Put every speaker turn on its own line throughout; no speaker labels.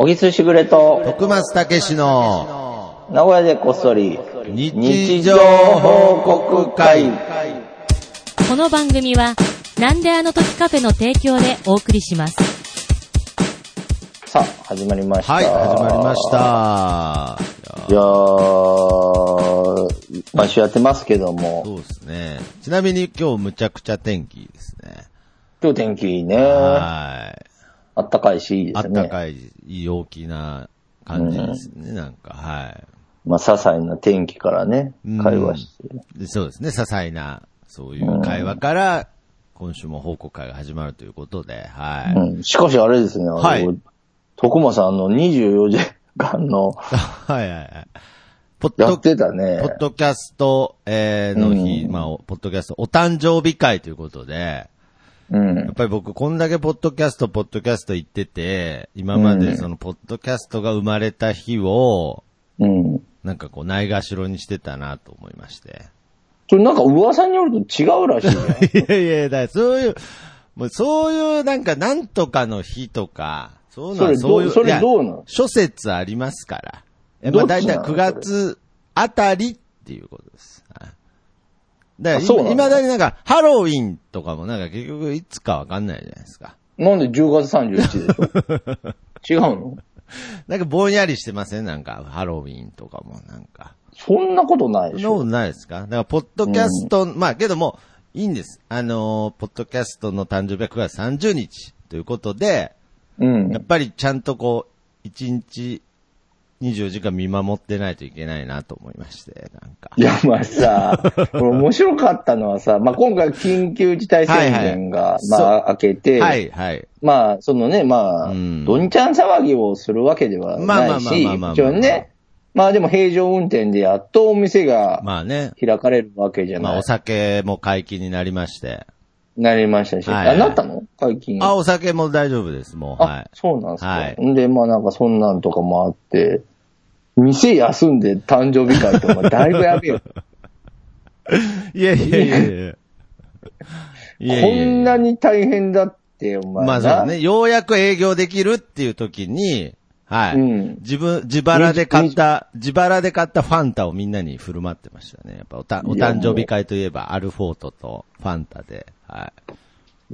小木すしぐれと
徳松たけしの
名古屋でこっそり
日常報告会。
この番組はなんであの時カフェの提供でお送りします。
さあ始まりました。
はい、始まりました。
いやー毎週やってますけども。
そうですね。ちなみに今日むちゃくちゃ天気いいですね。
今日天気いいね。
はい。
あったかいしいいですね。
あったかい、いい陽気な感じですね、なんか、はい。
まあ、些細な天気からね、会話して。
そうですね、些細な、そういう会話から、今週も報告会が始まるということで、はい。
しかしあれですね、
はい。
徳間さんの24時間の、
はいはいはい。
やってたね。
ポッドキャスト、の日、まあ、ポッドキャスト、お誕生日会ということで、やっぱり僕、こんだけポッドキャスト言ってて、今までその、ポッドキャストが生まれた日を、なんかこう、ないがしろにしてたなと思いまして。
それなんか噂によると違うらしいね。
いやいや、だからそういう、もうそういうなんか、なんとかの日とか、そういうのはそういう、
それどうなの？
諸説ありますから。やっぱだいたい9月あたりっていうことです。だから未だになんか、ハロウィンとかもなんか結局いつかわかんないじゃないですか。
なんで10月31でしょ違うの？
なんかぼんやりしてません？なんか、ハロウィンとかもなんか。
そんなことないでしょ？
そんなことないですか？だから、ポッドキャスト、まあけども、いいんです。ポッドキャストの誕生日は9月30日ということで、やっぱりちゃんとこう、1日、24時間見守ってないといけないなと思いまして、なんか。
いや、まあさ、これ面白かったのはさ、まあ今回緊急事態宣言が、まあ明けて、
はいはい。
まあそのね、まあ、どんちゃん騒ぎをするわけではないし、一応ね、まあでも平常運転でやっとお店が開かれるわけじゃない。
まあお酒も解禁になりまして。
なりましたし。
はい、
なったの解禁。
お酒も大丈夫です、もう。はい。
そうなんですか。
はい。
で、まあなんかそんなんとかもあって、店休んで誕生日会とかだいぶやべえよ。
いやいやいやいや。
こんなに大変だって、お前。
まあそうね。ようやく営業できるっていう時に、はい。自腹で買ったファンタをみんなに振る舞ってましたね。やっぱお誕生日会といえばアルフォートとファンタで、はい。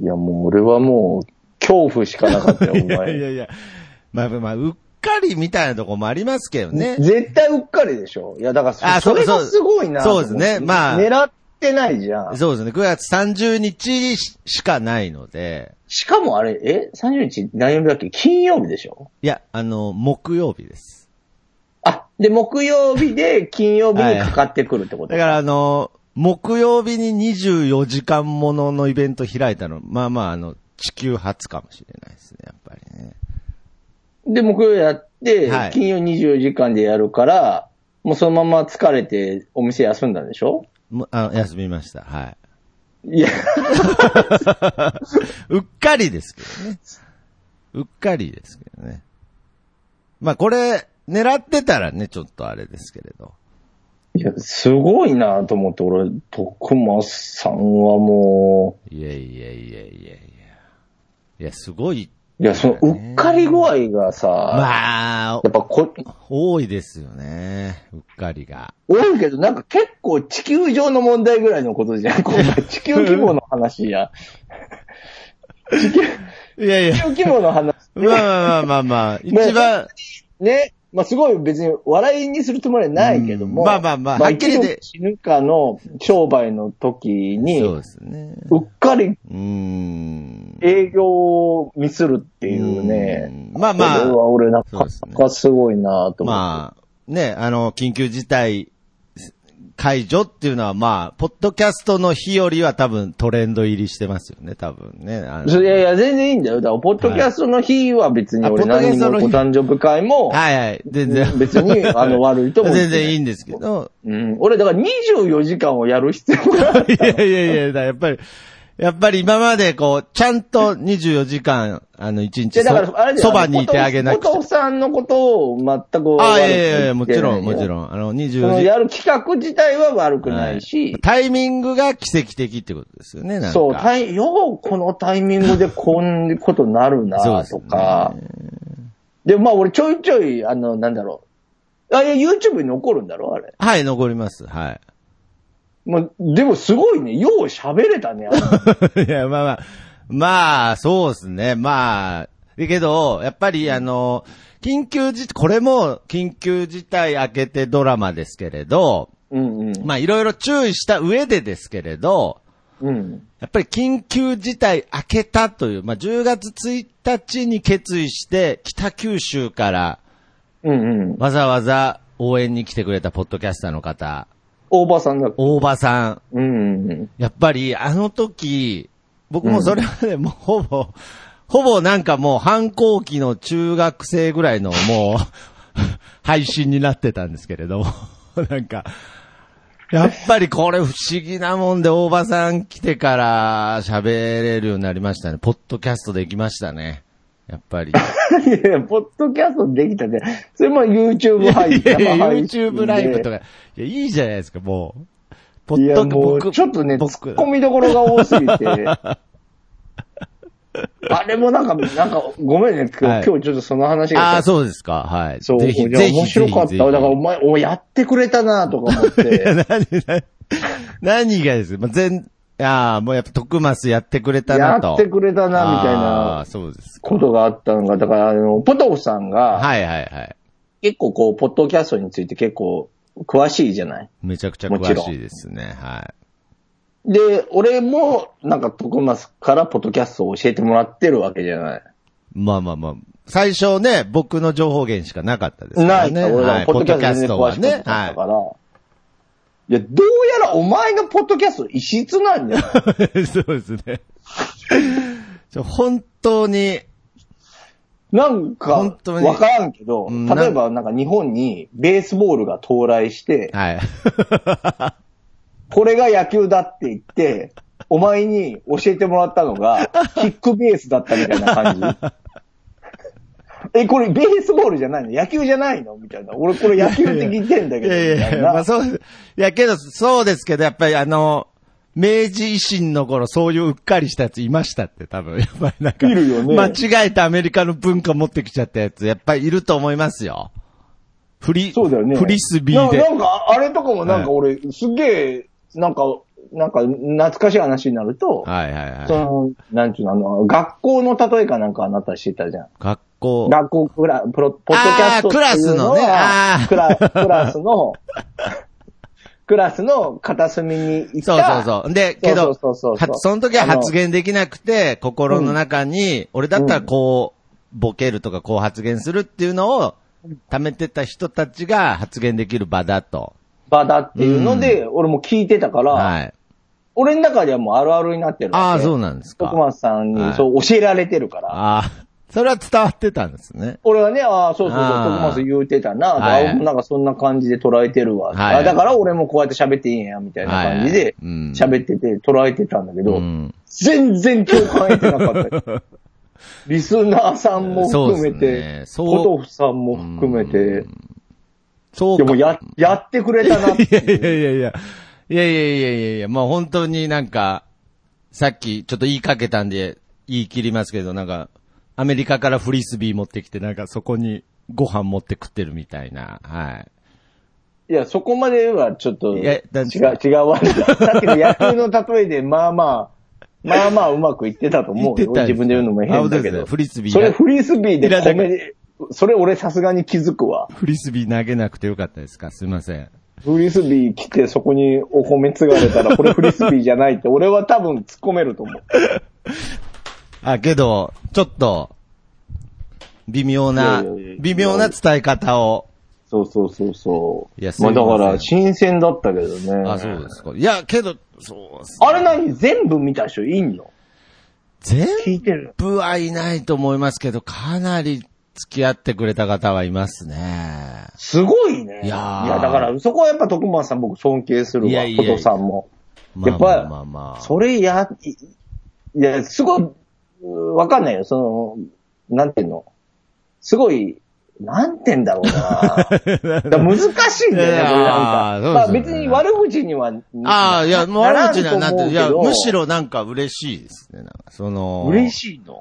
いやもう俺はもう恐怖しかなかったよ、お前。
いや。まあ、うっかりみたいなとこもありますけどね。
絶対うっかりでしょ。いやだからそれがすごいな。
そうですね。まあ。
狙ってないじゃん。
そうですね。9月30日しかないので。
しかもあれ、30日何曜日だっけ？金曜日でしょ？
いや、木曜日です。
で、木曜日で金曜日にかかってくるってこと、
だから木曜日に24時間もののイベント開いたの、まあ地球初かもしれないですね、やっぱりね。で、
木曜やって、金曜24時間でやるから、もうそのまま疲れてお店休んだんでしょ？
休みました、はい。
いや。
うっかりですけどね。うっかりですけどね。まあこれ、狙ってたらね、ちょっとあれですけれど。
いや、すごいなと思って、俺、徳松さんはも
う。いや、すごい。
いや、その、うっかり具合がさ、
まあ、
やっぱ
多いですよね。うっかりが。
多いけど、なんか結構地球上の問題ぐらいのことじゃん。地球規模の話や。地球規模の話。
まあ、一番。
ね。まあすごい別に笑いにするつもりはないけども。
まあ、はっきりで。
死ぬかの商売の時に、
そうですね。
うっかり、営業をミスるっていうね。
まあ。これ
は俺なんかすごいなと思って。
まあ、ね、緊急事態解除っていうのはまあ、ポッドキャストの日よりは多分トレンド入りしてますよね、多分ね。
いや、全然いいんだよ。だから、ポッドキャストの日は別に俺何もお誕生日会も、
全然。
別に、悪いと思う。
全然いいんですけど。
俺、だから24時間をやる必要がない。
いや、やっぱり今までこう、ちゃんと24時間、1日そばにいてあげなくて。
お父さんのことを全く
もちろん。24時。
やる企画自体は悪くないし。
タイミングが奇跡的ってことですよね、なんか。
そう、ようこのタイミングでこんなことなるなとか。 で、まあ俺ちょいちょい、なんだろう。YouTube に残るんだろあれ。
はい、残ります。はい。
でもすごいね。よう喋れたね。
いや、まあ、そうですね。まあ、だけど、やっぱりこれも緊急事態明けてドラマですけれど、まあいろいろ注意した上でですけれど、やっぱり緊急事態明けたという、まあ10月1日に決意して北九州から、わざわざ応援に来てくれたポッドキャスターの方、
大場さんだ。
大場さん。やっぱりあの時、僕もそれはね、もうほぼなんかもう反抗期の中学生ぐらいのもう配信になってたんですけれども、なんか、やっぱりこれ不思議なもんで大場さん来てから喋れるようになりましたね。ポッドキャストできましたね。やっぱり。い
や、ポッドキャストできたね。それも YouTube 配信。
YouTube ライブとか。いや、いいじゃないですか、もう。
いや、もう、ちょっとね、突っ込みどころが多すぎて。あれもなんか、ごめんね、今日ちょっとその話が。
あ、そうですか、はい。
そう、ぜひ、面白かった。だからお前、やってくれたなとか思って。
何がですか、もうやっぱ徳松やってくれたなと。
やってくれたな、みたいな。
そうです
ことがあったのが、だからポトフさんが、結構こう、ポッドキャストについて結構詳しいじゃない？
めちゃくちゃ詳しいですね。はい。
で、俺も、なんか徳松からポッドキャストを教えてもらってるわけじゃない。
まあ。最初ね、僕の情報源しかなかったですからね。
俺はポッドキャストは全然詳しかったから。いや、どうやらお前のポッドキャスト異質なんだよ。
そうですね。本当に。
なんか、わからんけど、例えばなんか日本にベースボールが到来して、これが野球だって言って、お前に教えてもらったのが、キックベースだったみたいな感じ。これベースボールじゃないの？野球じゃないの？みたいな。俺これ野球って聞いてんだけど。みたいな。
まあそう、けど、そうですけど、やっぱり明治維新の頃そういううっかりしたやついましたって多分、やっぱりなんか。
いるよね。
間違えてアメリカの文化持ってきちゃったやつ、やっぱりいると思いますよ。
そうだよね。
フリスビーで。
なんか、あれとかもなんか俺、すげえ、なんか懐かしい話になると、なんていうの、学校の例えかなんかあなた知ったじゃん。
学校
ポッドキャストっていうのは、クラスの片隅にいた。
そう。で、けど、その時は発言できなくて、心の中に、俺だったらこう、ボケるとかこう発言するっていうのを、貯めてた人たちが発言できる場だっていうので、俺も聞いてたから、俺の中ではもうあるあるになってるわけ。 そうなんですか。
徳松さんにそう教えられてるから。
それは伝わってたんですね。
俺はね、そう、徳松言うてたな、なんかそんな感じで捉えてるわ。だから俺もこうやって喋っていいんや、みたいな感じで喋ってて捉えてたんだけど、全然共感得てなかった。リスナーさんも含めて、ポトフさんも含めて、でもやってくれたなって。
いや、もう本当になんか、さっきちょっと言いかけたんで言い切りますけど、なんか、アメリカからフリスビー持ってきて、なんかそこにご飯持って食ってるみたいな、
いや、そこまではちょっと、違うわ。さっきの野球の例えで、まあまあうまくいってたと思うよ。自分で言うのも変だけど。
フリスビー。
それフリスビーでそれ俺さすがに気づくわ。
フリスビー投げなくてよかったですか？すいません。
フリスビー来てそこにお米継がれたら、これフリスビーじゃないって俺は多分突っ込めると思う。
けど、ちょっと、微妙な伝え方を。
そう。いや、まあだから新鮮だったけどね。
そうですか。いや、けど、そうです
ね。あれ何全部見た人いんの？
全部はいないと思いますけど、かなり付き合ってくれた方はいますね。
すごいね。いや、だからそこはやっぱ徳松さん僕尊敬するわ。ポトさんも。やっぱ、それいや、すごい、わかんないよ。なんていうの。すごい、なんてんだろうな難しいんだよね、これなんか。まあ別に悪口には。
いや、もう悪口にはなって、いや、むしろなんか嬉しいですね。
嬉しいの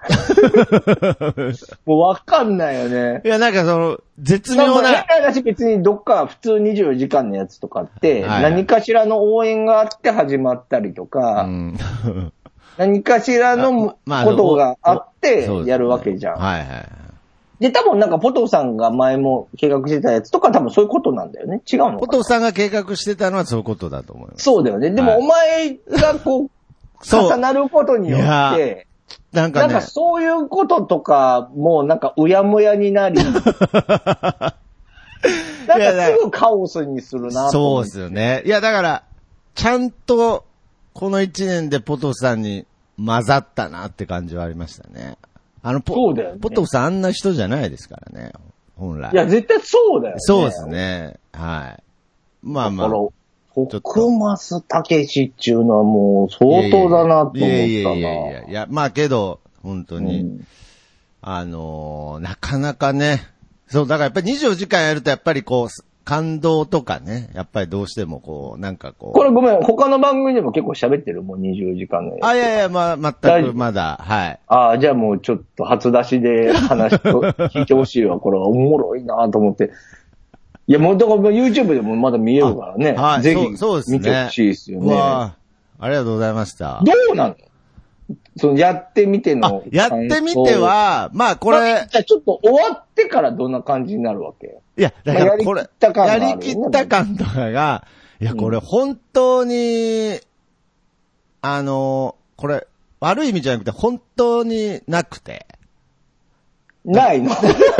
もうわかんないよね。
いや、なんか絶妙な。
変な話別にどっか普通24時間のやつとかって、何かしらの応援があって始まったりとか、何かしらのことがあってやるわけじゃん。
はいはい。
で、多分なんかポトフさんが前も計画してたやつとか多分そういうことなんだよね。違うのかな。
ポトフさんが計画してたのはそういうことだと思います。
そうだよね。でもお前がこう、重なることによって、なんかそういうこととか、もうなんかうやむやになり、なんかすぐカオスにするなと思って。
そうですよね。いやだから、ちゃんとこの1年でポトフさんに混ざったなって感じはありましたね。
そうだよね。
ポトフさんあんな人じゃないですからね、本来。
いや、絶対そうだよね。
そうですね。はい。まあまあ。
徳増武史っていうのはもう相当だなと思ったな。
いや、まあけど、本当に、なかなかね、そう、だからやっぱり24時間やるとやっぱりこう、感動とかね、やっぱりどうしてもこう、なんかこう。
これごめん、他の番組でも結構喋ってるもう24時間のやつ。
いや、まあ、全くまだ、はい。
じゃあもうちょっと初出しで話聞いてほしいわ。これはおもろいなと思って。いや、もうだから YouTube でもまだ見えるからね。
はい。
ぜひ見てほしいですよね。
ありがとうございました。
どうなの？やってみての。
やってみては、まあこれ。
じゃあちょっと終わってからどんな感じになるわけ？
いや、だからこれ、やりきった感とかが、いや、これ本当に、これ、悪い意味じゃなくて本当になくて。
ないの？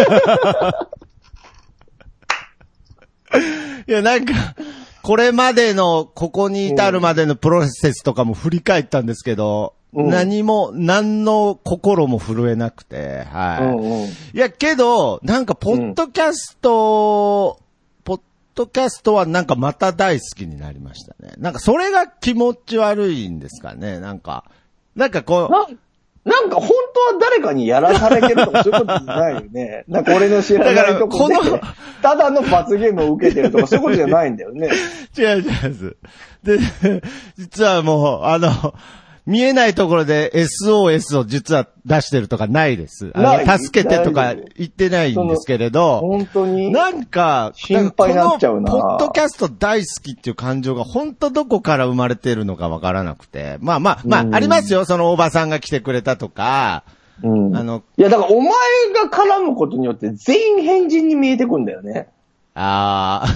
いや、なんか、これまでの、ここに至るまでのプロセスとかも振り返ったんですけど、何の心も震えなくて、はい。いや、けど、なんか、ポッドキャストはなんかまた大好きになりましたね。なんか、それが気持ち悪いんですかね。なんかこう、
なんか本当は誰かにやらされてるとかそういうことじゃないよね。なんか俺の知らないところで、ただの罰ゲームを受けてるとかそういうことじゃないんだよね。
違う。で、実はもう、見えないところで SOS を実は出してるとかないです。助けてとか言ってないんですけれど、
本当に
なんか、
心配になっちゃうな。
このポッドキャスト大好きっていう感情が本当どこから生まれてるのかわからなくて。まあ、ありますよ。そのおばさんが来てくれたとか。
いや、だからお前が絡むことによって全員変人に見えてくんだよね。絡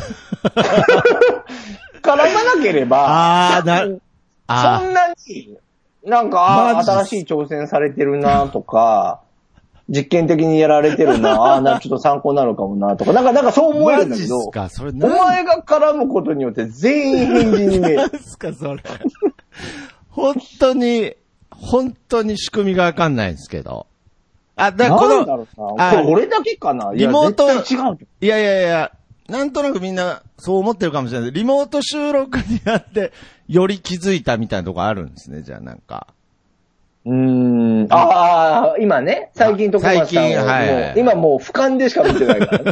まなければ、そんなに、なんか、新しい挑戦されてるなとか、実験的にやられてるなちょっと参考になるかもなとか、なんかそう思えるんだけど、お前が絡むことによって全員変人に見える。
何すか、それ。本当に仕組みがわかんないんですけど。
だからこれ俺だけかな？
リモート、
絶対違う。
いや、なんとなくみんなそう思ってるかもしれない。リモート収録になって、より気づいたみたいなとこあるんですね、じゃあなんか。
今ね、最近とかさんは今もう俯瞰でしか見てないから、ね。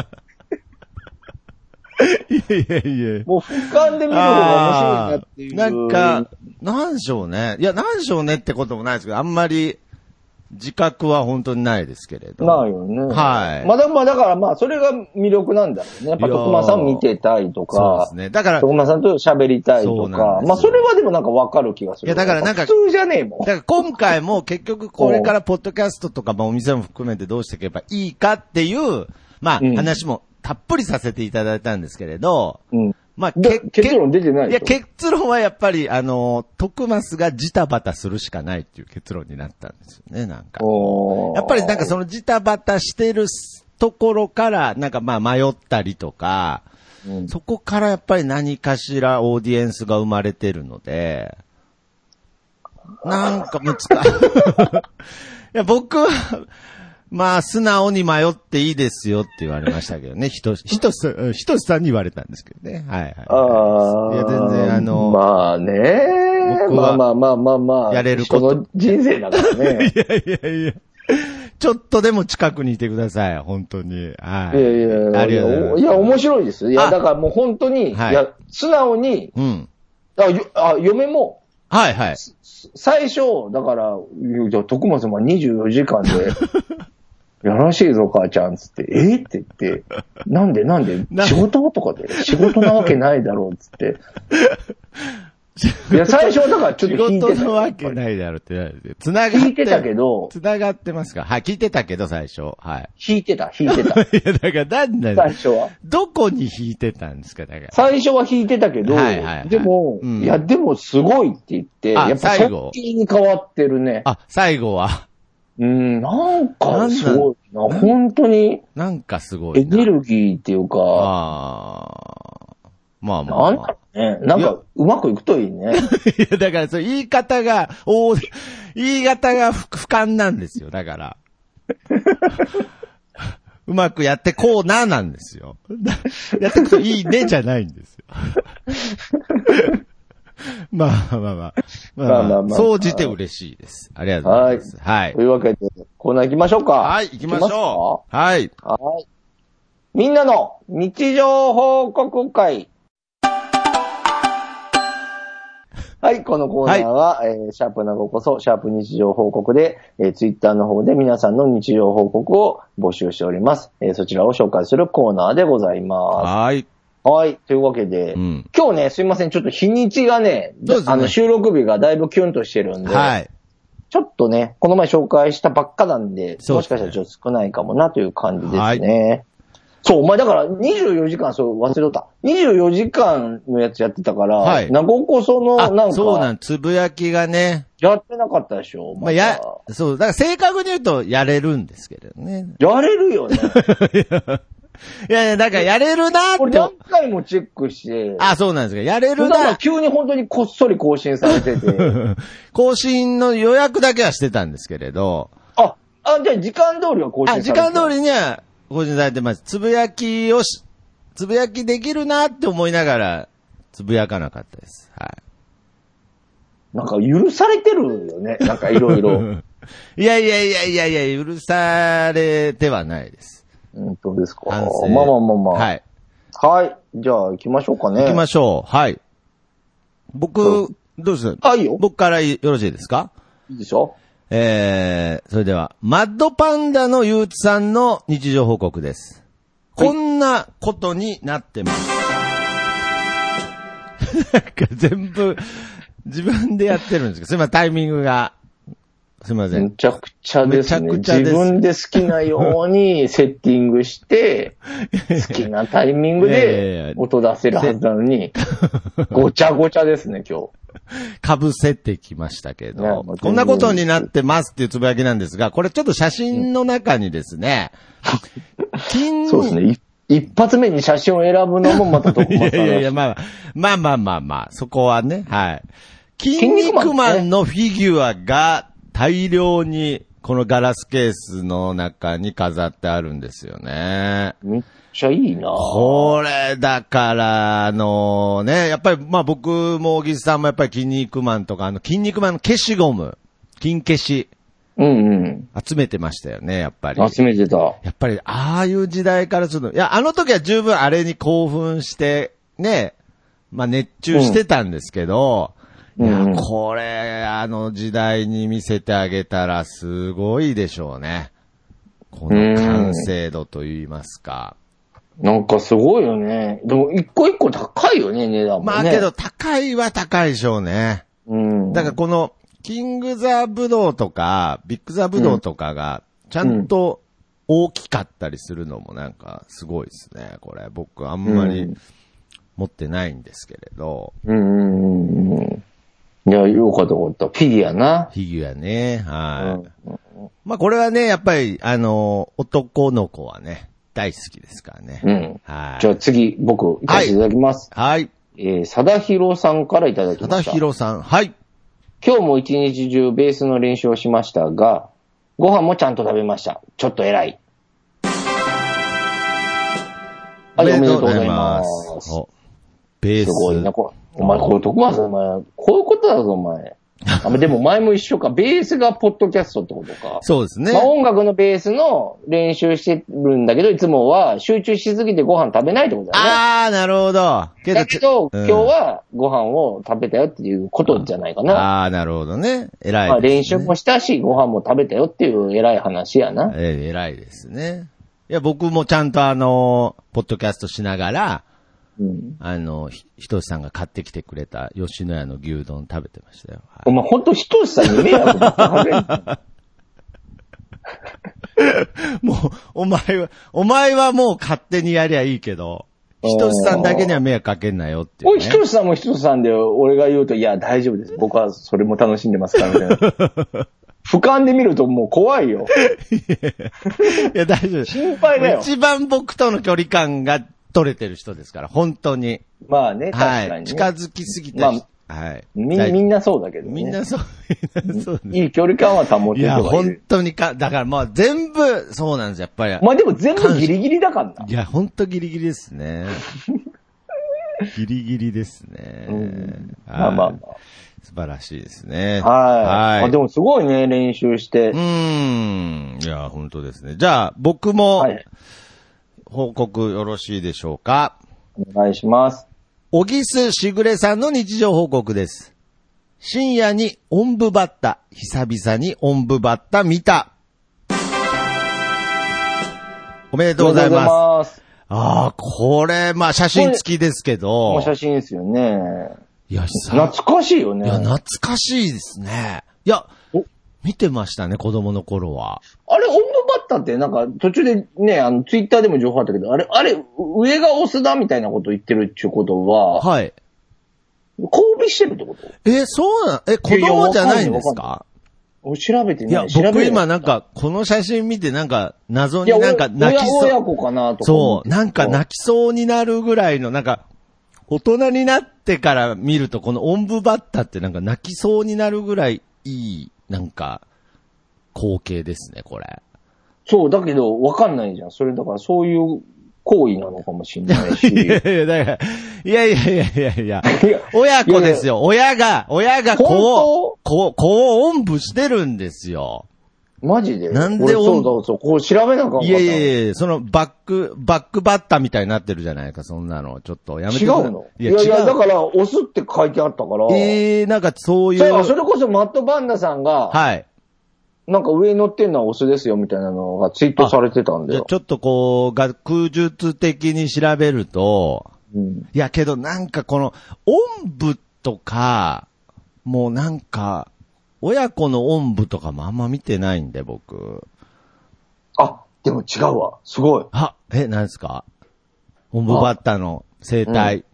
いや。
もう俯瞰で見る方が面白いなっていう。
なんか、なんでしょうね。いや、なんでしょうねってこともないですけど、あんまり、自覚は本当にないですけれど。
ないよね。
はい。
だからそれが魅力なんだろうね。やっぱ徳間さん見てたいとか。
そうですね。だから、
徳間さんと喋りたいとか。それはでもなんかわかる気がする。
いや、だからなんか、
普通じゃねえもん。
だから今回も結局これからポッドキャストとかお店も含めてどうしていけばいいかっていう、話もたっぷりさせていただいたんですけれど、
結論出てない。
いや、結論はやっぱり、徳増がジタバタするしかないっていう結論になったんですよね、なんか。やっぱりなんかそのジタバタしてるところから、なんか迷ったりとか、そこからやっぱり何かしらオーディエンスが生まれてるので、なんか難しい。いや、僕は、素直に迷っていいですよって言われましたけどね。ひとしさんに言われたんですけどね。はい。いや、全然
まあね。僕は
やれること。
人の人生だからね。
いや。ちょっとでも近くにいてください。本当に。はい。
ありがとうございます。いや、面白いです。いや、だからもう本当に、素直に、嫁も、
はいはい。
最初、だから、じゃあ徳松も24時間で、やらしいぞ、母ちゃん、つって、って言って、なんで仕事とかで、仕事なわけないだろう、つって。いや、最初はだからちょっと引いてた。
仕事なわけないだろうって、
引いてたけど。
繋がってますか？はい、聞いてたけど、最初。はい。
引いてた。いや、だ
からなん
最初は。
どこに引いてたんですか？だから。
最初は引いてたけど、でも、いや、でもすごいって言って、やっぱ最後に変わってるね。
最後は。
なんかすごいな。本当に。
なんかすごい。
エネルギーっていうか。
まあ。
なんだろうね。なんか、うまくいくといいね。
いや、だから、そう、言い方が不寛なんですよ。だから。うまくやってこうなんですよ。やってくといいねじゃないんですよ。まあ。総じて嬉しいです。ありがとうございます。はい。
というわけで、コーナー行きましょうか。
はい、行きましょう。はい。
みんなの日常報告会。はい、このコーナーは、シャープなごこそ、シャープ日常報告で、ツイッターの方で皆さんの日常報告を募集しております。そちらを紹介するコーナーでございます。
はい。
はい。というわけで、今日ね、すいません、ちょっと日にちがね、収録日がだいぶキュンとしてるんで、はい。ちょっとね、この前紹介したばっかなんで、もしかしたらちょっと少ないかもなという感じですね。はい。そう、お前だから24時間、忘れとった。24時間のやつやってたから、はい。なごこその、なんか。
そうなん、つぶやきがね。
やってなかったでしょ。
そう、だから正確に言うとやれるんですけれどね。
やれるよね。
いや、だからやれるなーって。
俺何回もチェックして。
そうなんですか。やれるなー。
急に本当にこっそり更新されてて。
更新の予約だけはしてたんですけれど。
じゃあ時間通りは更新されて
時間通りには更新されてます。つぶやきできるなって思いながら、つぶやかなかったです。はい。
なんか許されてるよね。なんかいろいろ。
いや、許されてはないです。
本当ですか。まあ。
はい。
はい。じゃあ行きましょうかね。
行きましょう。はい。どうです？
いいよ。
僕からよろしいですか？
いいでしょ。
それでは、マッドパンダのゆうつさんの日常報告です。こんなことになってます。なんか全部、自分でやってるんですけど、すいません、タイミングが。すいません。
めちゃくちゃですね。自分で好きなようにセッティングして、好きなタイミングで音出せるはずなのに、ごちゃごちゃですね、今日。
かぶせてきましたけど、こんなことになってますっていうつぶやきなんですが、これちょっと写真の中にですね、
そうですね。一発目に写真を選ぶのもまた徳松さん。
いや、まあ、そこはね、はい。筋肉マンのフィギュアが大量にこのガラスケースの中に飾ってあるんですよね。
めっちゃいいな。
これ、だから、ね、やっぱり、僕も小木さんもやっぱり筋肉マンとか、筋肉マンの消しゴム、金消し。集めてましたよね、やっぱり。
集めてた。
やっぱり、ああいう時代からすると、いや、あの時は十分あれに興奮して、ね、熱中してたんですけど、いや、これ、時代に見せてあげたらすごいでしょうね。この完成度と言いますか。
なんかすごいよね。でも一個一個高いよね、値段もね。
けど高いは高いでしょうね。だからこの、キングザブドウとか、ビッグザブドウとかが、ちゃんと大きかったりするのもなんかすごいですね。これ、僕あんまり持ってないんですけれど。
いや、よかったよかった。フィギュアな。
フィギュアね。はい。これはね、やっぱり、男の子はね、大好きですからね。
はい。じゃあ次、僕、行かせていただきます。
はい。
貞弘さんからいただきました。
貞弘さん。はい。
今日も一日中ベースの練習をしましたが、ご飯もちゃんと食べました。ちょっと偉い。はい、おめでとうございます。
ベース。
すごいな、お前、これ、徳松、お前、こういうことだぞ、お前。 でも前も一緒か。ベースがポッドキャストってことか。
そうですね。
まあ音楽のベースの練習してるんだけど、いつもは集中しすぎてご飯食べないってことだよね。
あー、なるほど。
だけど、今日はご飯を食べたよっていうことじゃないかな。
あー、なるほほどね。偉いですね。
まあ練習もしたし、ご飯も食べたよっていう偉い話やな。
偉いですね。いや、僕もちゃんとポッドキャストしながら、ひとしさんが買ってきてくれた吉野家の牛丼食べてましたよ。はい、
お前ほんとひとしさんに迷惑かける
もう、お前はもう勝手にやりゃいいけど、ひとしさんだけには迷惑かけんなよっていう、ね。
おい、ひとしさんもひとしさんで俺が言うと、いや、大丈夫です。僕はそれも楽しんでますから、みたいな。俯瞰で見るともう怖いよ。
いや、大丈夫。
心配だよ。
一番僕との距離感が取れてる人ですから、本当に。
まあね、確かに、ね。
はい。近づきすぎた人。まあ、はい。
みんなそうだけどね。
みんなそうです。
いい距離感は保てる。
いや、本当にだからまあ全部、そうなんです、やっぱり。
まあでも全部ギリギリだからな。
いや、本当ギリギリですね。ギリギリですね。
まあまあまあ。
素晴らしいですね。
はい。でもすごいね、練習して。
いや、本当ですね。じゃあ、僕も、報告よろしいでしょうか。
お願いします。
小木須しぐれさんの日常報告です。深夜におんぶバッタ、久々におんぶバッタ見た。おめでとうございます。ああ、これ、まあ写真付きですけど。
写真ですよね。
いや、
懐かしいよね。
いや、懐かしいですね。いや、見てましたね、子供の頃は。
あれ、オンブバッタってなんか途中でね、ツイッターでも情報あったけど、あれ、上がオスだみたいなこと言ってるっていうことは、
はい。
交尾してるってこと？
そう子供じゃないんですか？
調べてない。
いや、僕今なんか、この写真見てなんか、謎になんか泣きそう。
親子かなとか。
そう、なんか泣きそうになるぐらいの、なんか、大人になってから見ると、このおんぶバッタってなんか泣きそうになるぐらいいい、なんか、光景ですね、これ。
そう、だけど、わかんないじゃん。それだから、そういう行為なのかもしれないし。
いや、だから、いや、親子ですよ。親が子をおんぶしてるんですよ。
マジで？
なんで
そう、こう調べなかった。
いや、そのバックバッタみたいになってるじゃないか、そんなの。ちょっとやめてください。
違うの？いや、だから、オスって書いてあったから。
なんかそういう。
それこそマットバンダさんが、
はい。
なんか上に乗ってんのはオスですよみたいなのがツイートされてたんだよ。
ちょっとこう、学術的に調べると、いやけどなんかこの、おんぶとか、もうなんか、親子のおんぶとかもあんま見てないんで、僕。
でも違うわ。すごい。
何ですか？おんぶバッタの生態。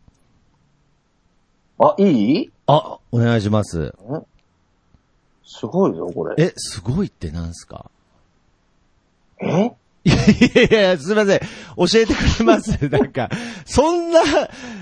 いい？
お願いします。
すごいぞ、これ。
すごいって何すか？
い
や、すいません。教えてくれますなんか、そんな、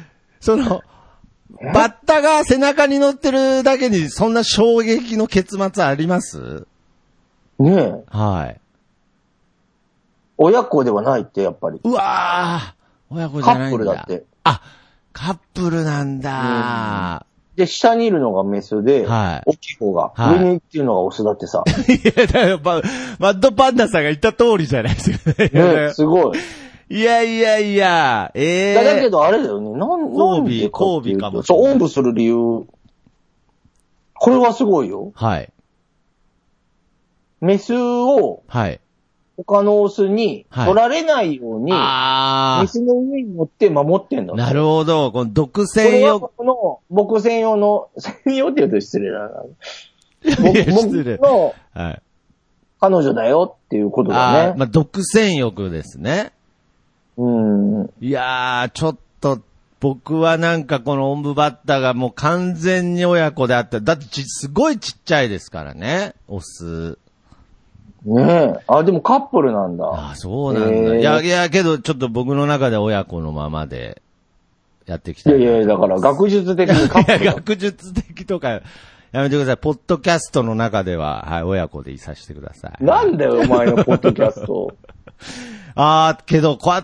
バッタが背中に乗ってるだけにそんな衝撃の結末あります
ねえ。
はい。
親子ではないって、やっぱり。
うわー、親子じゃないんだ。
カップルだって。
カップルなんだ。
で、下にいるのがメスで、大きい方が、上にっていうのがオスだってさ。
いや、だからマッドパンダさんが言った通りじゃないですか。
ね、すごい。
いや。
だけどあれだよね。なんで
交尾かも。
そう、おんぶする理由。これはすごいよ。
はい。
メスを、他のオスに取られないように、メスの上に乗って守ってんだ。
なるほど。この独占用。
これは僕専用の、専用って言うと失礼だな。
失礼。
の、彼女だよっていうことだね。
独占欲ですね。いやー、ちょっと、僕はなんかこのおんぶバッタがもう完全に親子であった。だってすごいちっちゃいですからね、オス。
ねえ。でもカップルなんだ。
そうなんだ。いや、けどちょっと僕の中で親子のままでやってきた。
いや、だから学術的にカップル。
いや、学術的とか、やめてください。ポッドキャストの中では、親子でいさせてください。
なんだよ、お前のポッドキャスト。
けど、こうやって、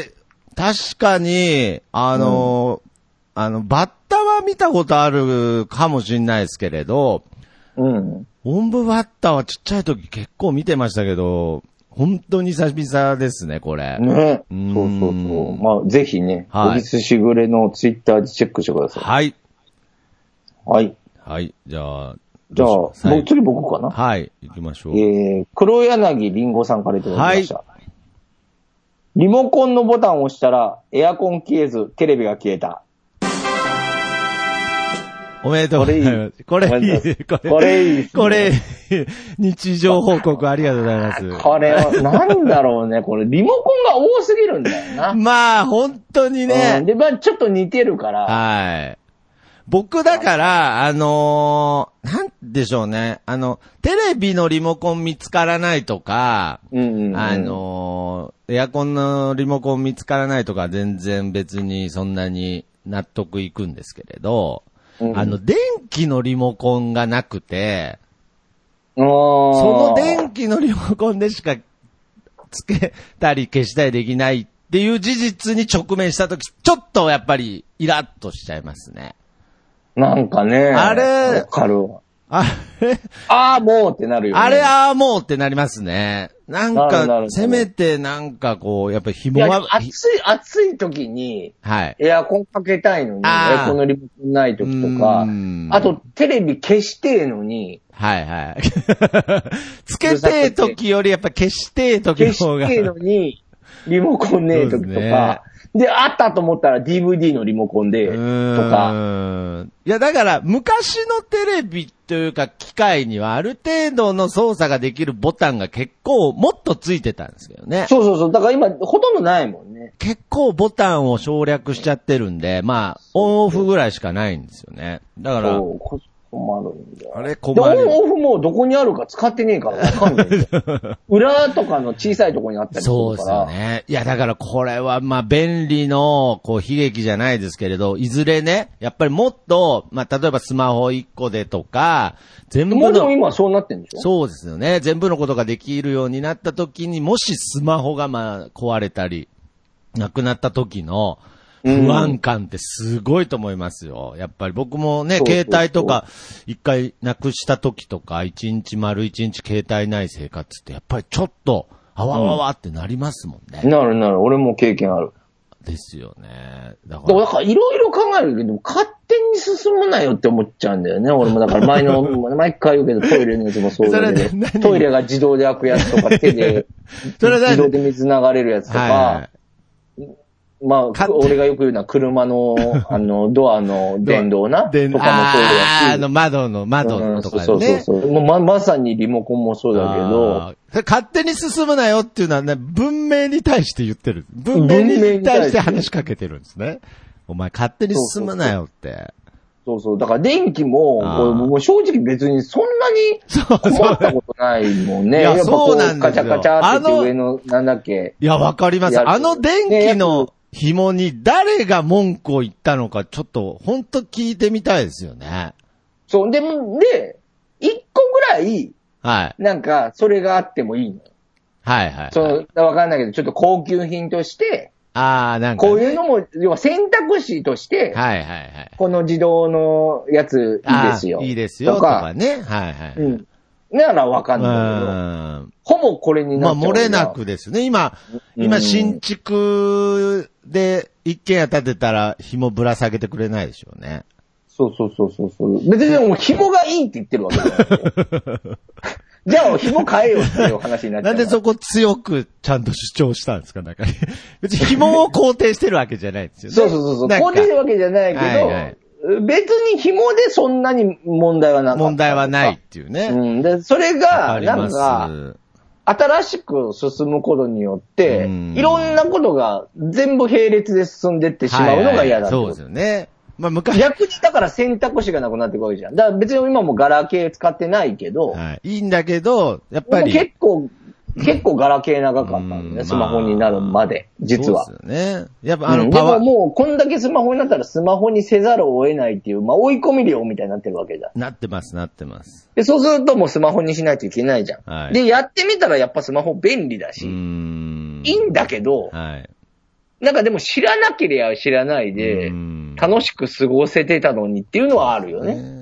確かに、バッタは見たことあるかもしれないですけれど、
うん。
オンブバッタはちっちゃい時結構見てましたけど、本当に久々ですね、これ。
ね。そうそうそう。まあ、ぜひね、オフィスしぐれのツイッターでチェックしてください。
はい。
はい。
はい。じゃあ、
次僕かな。
はい。行きましょう。
黒柳りんごさんからいただきました。はい。リモコンのボタンを押したら、エアコン消えず、テレビが消えた。
おめでとうございます。これ、日常報告ありがとうございます。
これは、なんだろうね。これ、リモコンが多すぎるんだよな。
まあ、本当にね。
で、まあ、ちょっと似てるから。
はい。僕だから、なんでしょうね。テレビのリモコン見つからないとか、エアコンのリモコン見つからないとか全然別にそんなに納得いくんですけれど、電気のリモコンがなくて、その電気のリモコンでしかつけたり消したりできないっていう事実に直面したとき、ちょっとやっぱりイラッとしちゃいますね。
なんかね。
あれ、
わかるわ。
あれ
もうってなるよね。
もうってなりますね。なんか、せめてなんかこう、やっぱり紐は。
暑い時に、
はい。
エアコンかけたいのに、エアコンのリモコンない時とか、あとテレビ消してえのに、
はいはい。つけてえ時よりやっぱ消してえ時の方が。
消してえのに、リモコンねえ時とか、で、あったと思ったら DVD のリモコンで、とか。
いや、だから、昔のテレビというか、機械にはある程度の操作ができるボタンが結構、もっとついてたんですけどね。
そう。だから今、ほとんどないもんね。
結構ボタンを省略しちゃってるんで、まあ、オンオフぐらいしかないんですよね。だから、
困るんだよ。
あれ困る。
オンオフもどこにあるか使ってねえからわかんない。裏とかの小さいところにあったりするから。
そうですよね。いや、だからこれはまあ便利のこう悲劇じゃないですけれど、いずれね、やっぱりもっと、まあ例えばスマホ1個でとか、全部の。
もう今そうなってんでしょ？
そうですよね。全部のことができるようになった時に、もしスマホがまあ壊れたり、なくなった時の、不安感ってすごいと思いますよ。やっぱり僕もね、携帯とか一回なくした時とか、丸一日携帯ない生活ってやっぱりちょっと、あわわわってなりますもんね。
なる。俺も経験ある。
ですよね。
だからいろいろ考えるけど、勝手に進むなよって思っちゃうんだよね。俺もだから毎回言うけど、トイレのやつもそうだけど、トイレが自動で開くやつとか、手で、自動で水流れるやつとか、まあ、俺がよく言うのは車の、ドアの電動な、とかもそうだし。
窓とかね。
そう。もうまさにリモコンもそうだけど。
勝手に進むなよっていうのはね、文明に対して言ってる。文明に対して話しかけてるんですね。お前勝手に進むなよって。
そう。だから電気も、もう正直別にそんなに困ったことないもんね。
やっぱそうなんですよ。
カチャカチャって上の、なんだっけ。
いや、わかります。電気の紐に誰が文句を言ったのか、ちょっと、ほんと聞いてみたいですよね。
そう。で、一個ぐらい、
はい。
なんか、それがあってもいいの。
はい。
わかんないけど、ちょっと高級品として、
なんか、ね。
こういうのも、要は選択肢として、
はい。
この自動のやついいですよ。
いいですよ。とかね。はい。
ならわかんないけど、ほぼこれになっちゃう。
まあ、漏れなくですね。今、新築で一軒家建てたら紐ぶら下げてくれないでしょうね。
そう。別にもう紐がいいって言ってるわけじゃない。じゃあ紐変えようっていう話になっちゃう。
なんでそこ強くちゃんと主張したんですか？なんか別に紐を肯定してるわけじゃないんですよね。
そう。肯定してるわけじゃないけど、別に紐でそんなに問題はなかった。
問題はないっていうね。
でそれが、なんか、新しく進むことによって、いろんなことが全部並列で進んでってしまうのが嫌だ。
そうですよね。まあ昔。
逆にだから選択肢がなくなっていくわけじゃん。だから別に今もガラケー使ってないけど。
いいんだけど、やっぱり。
結構ガラケー長かったんだよね、スマホになるまで、実は。
そうですよね。やっぱ
でももう、こんだけスマホになったらスマホにせざるを得ないっていう、まあ追い込み量みたいになってるわけじゃん。
なってます。
で、そうするともうスマホにしないといけないじゃん。はい、で、やってみたらやっぱスマホ便利だし、いいんだけど、
はい、
なんかでも知らなければ知らないで、楽しく過ごせてたのにっていうのはあるよね。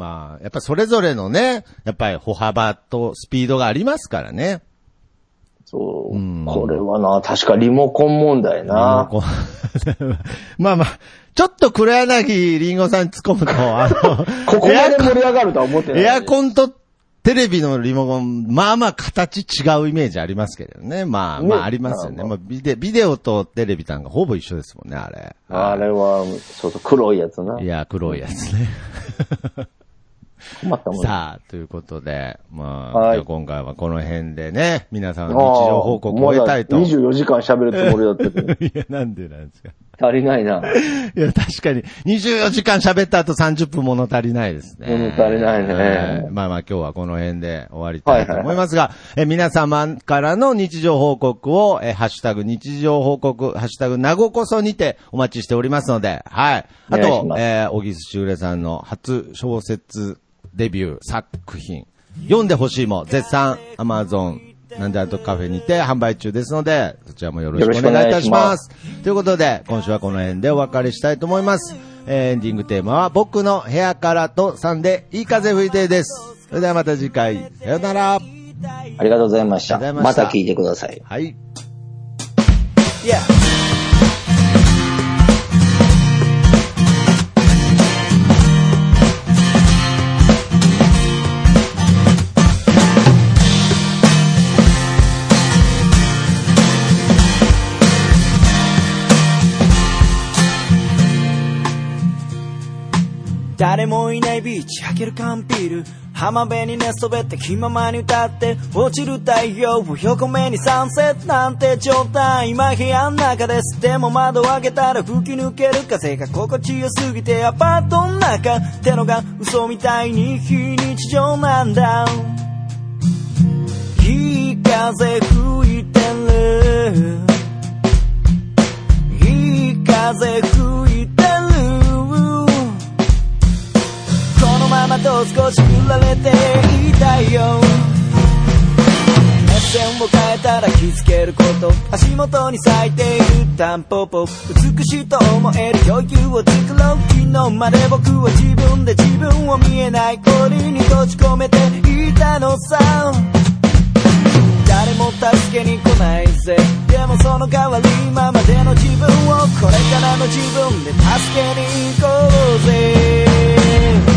まあ、やっぱそれぞれのね、やっぱり歩幅とスピードがありますからね。
そう。これはな、確かリモコン問題な。リモコン。
まあまあ、ちょっと黒柳りんごさんに突っ込むと、
ここまで盛り上がるとは思ってない。
エアコンとテレビのリモコン、まあまあ形違うイメージありますけどね。まあまあありますよね。まあ、ビデオとテレビなんかほぼ一緒ですもんね、あれ。
あれは、ちょっと黒いやつな。
いや、黒いやつね。
困ったもん。
さあ、ということで、まあ、はい、今回はこの辺でね、皆さんの日常報告を終えたいと。
まだ24時間喋るつもりだったけ
ど。いや、なんでなんですか。
足りないな。
いや、確かに、24時間喋った後30分物足りないですね。
物足りないね。
まあまあ今日はこの辺で終わりたいと思いますが、皆様からの日常報告を、ハッシュタグ日常報告、ハッシュタグなごこそにてお待ちしておりますので、はい。あと、小木須しぐれさんの初小説デビュー作品、読んでほしいも絶賛 Amazon なんであとカフェにて販売中ですので、そちらもよろしくお願いいたします。ということで、今週はこの辺でお別れしたいと思います。エンディングテーマは僕の部屋からと3でいい風吹いてです。それではまた次回、さよなら。
ありがとうございました。また聞いてください。
はい。
誰もいないビーチ開ける缶ビール浜辺に寝そべって気ままに歌って落ちる太陽を横目にサンセットなんて状態今部屋の中です。でも窓を開けたら吹き抜ける風が心地よすぎてアパートの中ってのが嘘みたいに非日常なんだ。いい風吹いてるいい風吹いてるこのままと少し振られていたいよ。目線を変えたら気づけること足元に咲いているタンポポ美しいと思える余裕を作ろう。昨日まで僕は自分で自分を見えない氷に閉じ込めていたのさ。誰も助けに来ないぜ。でもその代わり今までの自分をこれからの自分で助けに行こうぜ。